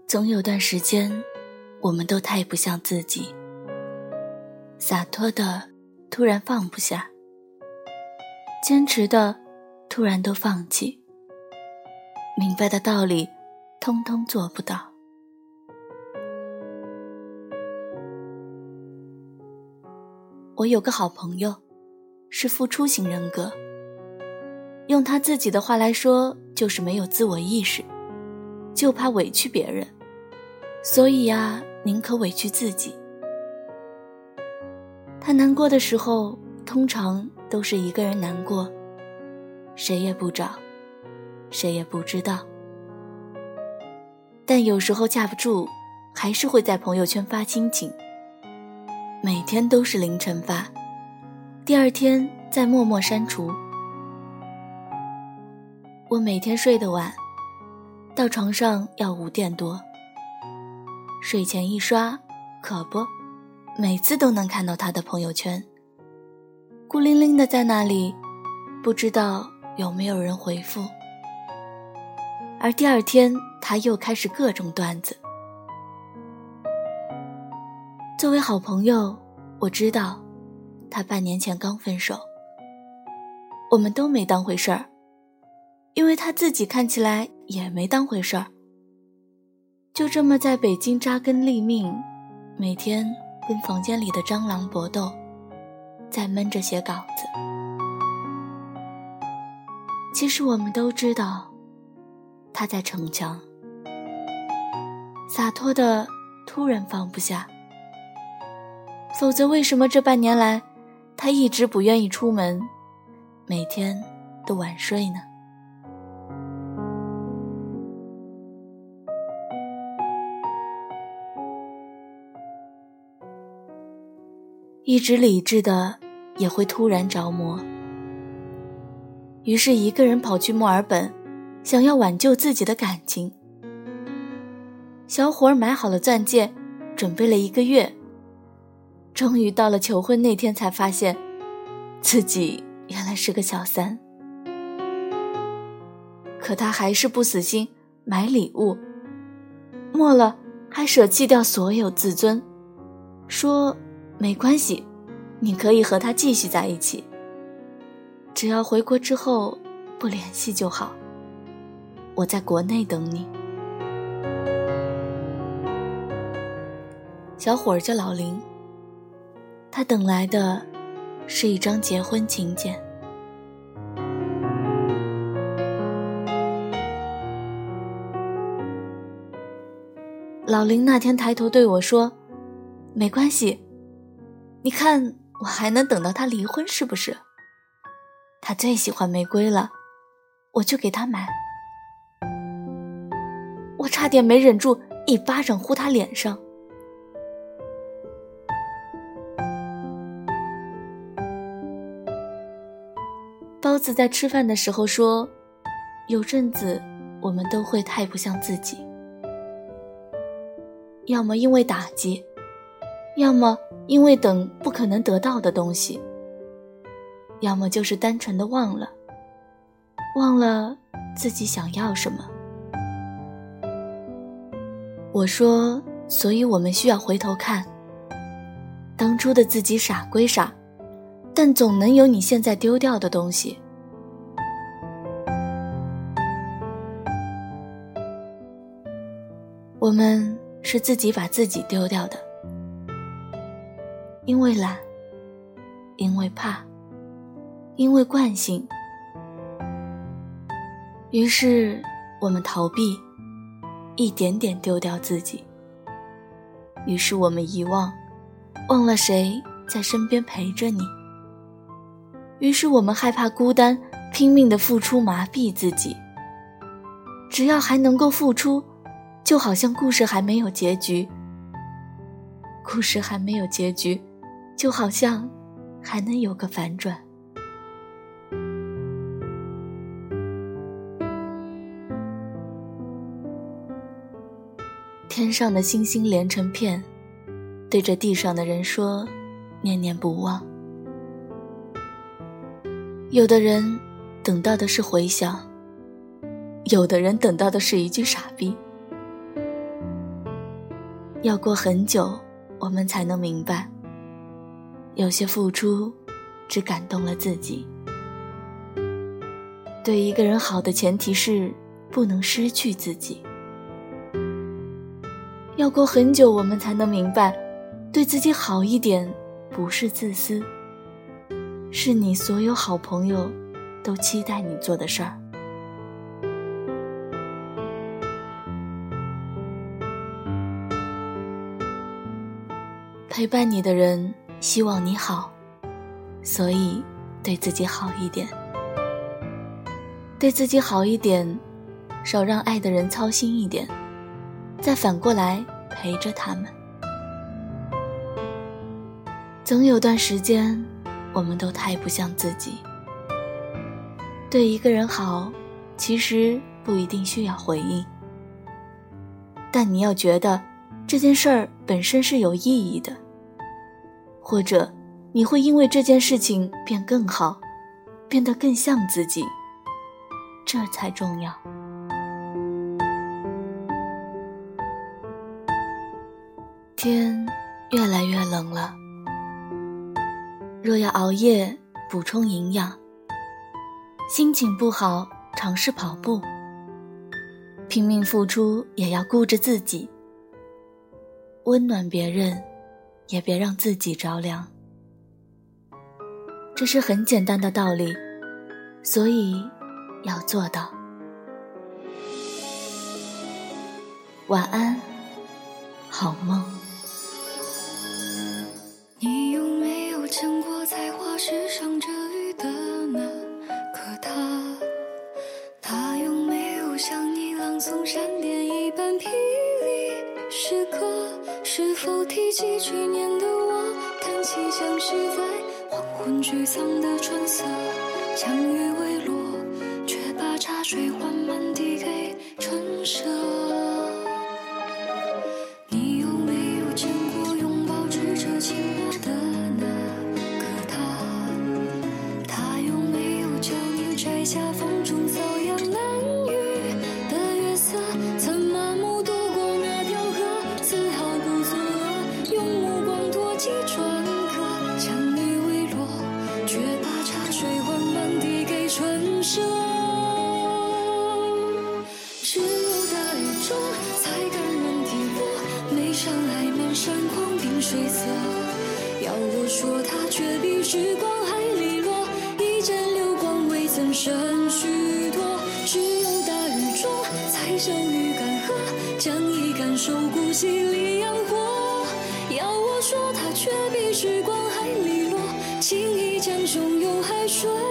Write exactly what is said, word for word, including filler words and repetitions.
总有段时间，我们都太不像自己，洒脱的突然放不下，坚持的突然都放弃，明白的道理通通做不到。我有个好朋友，是付出型人格，用他自己的话来说，就是没有自我意识，就怕委屈别人，所以呀，宁可委屈自己。他难过的时候，通常都是一个人难过，谁也不找，谁也不知道。但有时候架不住，还是会在朋友圈发心情，每天都是凌晨发，第二天再默默删除。我每天睡得晚，到床上要五点多，睡前一刷，可不，每次都能看到他的朋友圈，孤零零的在那里，不知道有没有人回复。而第二天他又开始各种段子。作为好朋友，我知道他半年前刚分手，我们都没当回事儿，因为他自己看起来也没当回事儿，就这么在北京扎根立命，每天跟房间里的蟑螂搏斗，在闷着写稿子。其实我们都知道他在逞强，洒脱的突然放不下，否则为什么这半年来他一直不愿意出门，每天都晚睡呢？一直理智的也会突然着魔，于是一个人跑去墨尔本，想要挽救自己的感情。小伙儿买好了钻戒，准备了一个月，终于到了求婚那天才发现自己原来是个小三。可他还是不死心，买礼物，末了还舍弃掉所有自尊，说没关系，你可以和他继续在一起，只要回国之后不联系就好，我在国内等你。小伙儿叫老林，他等来的是一张结婚请柬。老林那天抬头对我说，没关系，你看我还能等到他离婚是不是？他最喜欢玫瑰了，我就给他买。我差点没忍住一巴掌呼他脸上。包子在吃饭的时候说，有阵子我们都会太不像自己，要么因为打击，要么因为等不可能得到的东西，要么就是单纯的忘了，忘了自己想要什么。我说，所以我们需要回头看，当初的自己傻归傻，但总能有你现在丢掉的东西。我们是自己把自己丢掉的，因为懒，因为怕，因为惯性，于是我们逃避，一点点丢掉自己。于是我们遗忘，忘了谁在身边陪着你。于是我们害怕孤单，拼命的付出麻痹自己。只要还能够付出，就好像故事还没有结局。故事还没有结局，就好像还能有个反转。天上的星星连成片，对着地上的人说，念念不忘。有的人等到的是回响，有的人等到的是一句傻逼。 要过很久，我们才能明白，有些付出只感动了自己。对一个人好的前提是不能失去自己。要过很久，我们才能明白，对自己好一点不是自私，是你所有好朋友都期待你做的事儿。陪伴你的人希望你好，所以对自己好一点。对自己好一点，少让爱的人操心一点，再反过来陪着他们。总有段时间，我们都太不像自己。对一个人好，其实不一定需要回应，但你要觉得这件事儿本身是有意义的，或者你会因为这件事情变更好，变得更像自己，这才重要。天越来越冷了，若要熬夜补充营养，心情不好尝试跑步，拼命付出也要顾着自己，温暖别人也别让自己着凉。这是很简单的道理，所以要做到。晚安，好梦。 你有没有见过在花市上着雨的那个他？他有没有向你朗诵闪电一般霹雳诗歌？是否提起去年的我，叹气像是在黄昏沮丧的春色，将雨未落，却把茶水缓慢递给春舍。你有没有见过拥抱指着寂寞的那个他？他有没有教你摘下风中瘙痒难遇的月色？怎么目睹过那条河，丝毫不作恶，用目光躲几转个，将雨未落，却把茶水缓慢递给春舍。只有大雨中才感人体魄，没伤害满山狂冰水色。要我说它却比时光还利落，一阵流光未曾深许多。只有大雨中才相遇干涸，将一感受骨细里养活。要我说它却比时光还利落，轻易将汹涌海水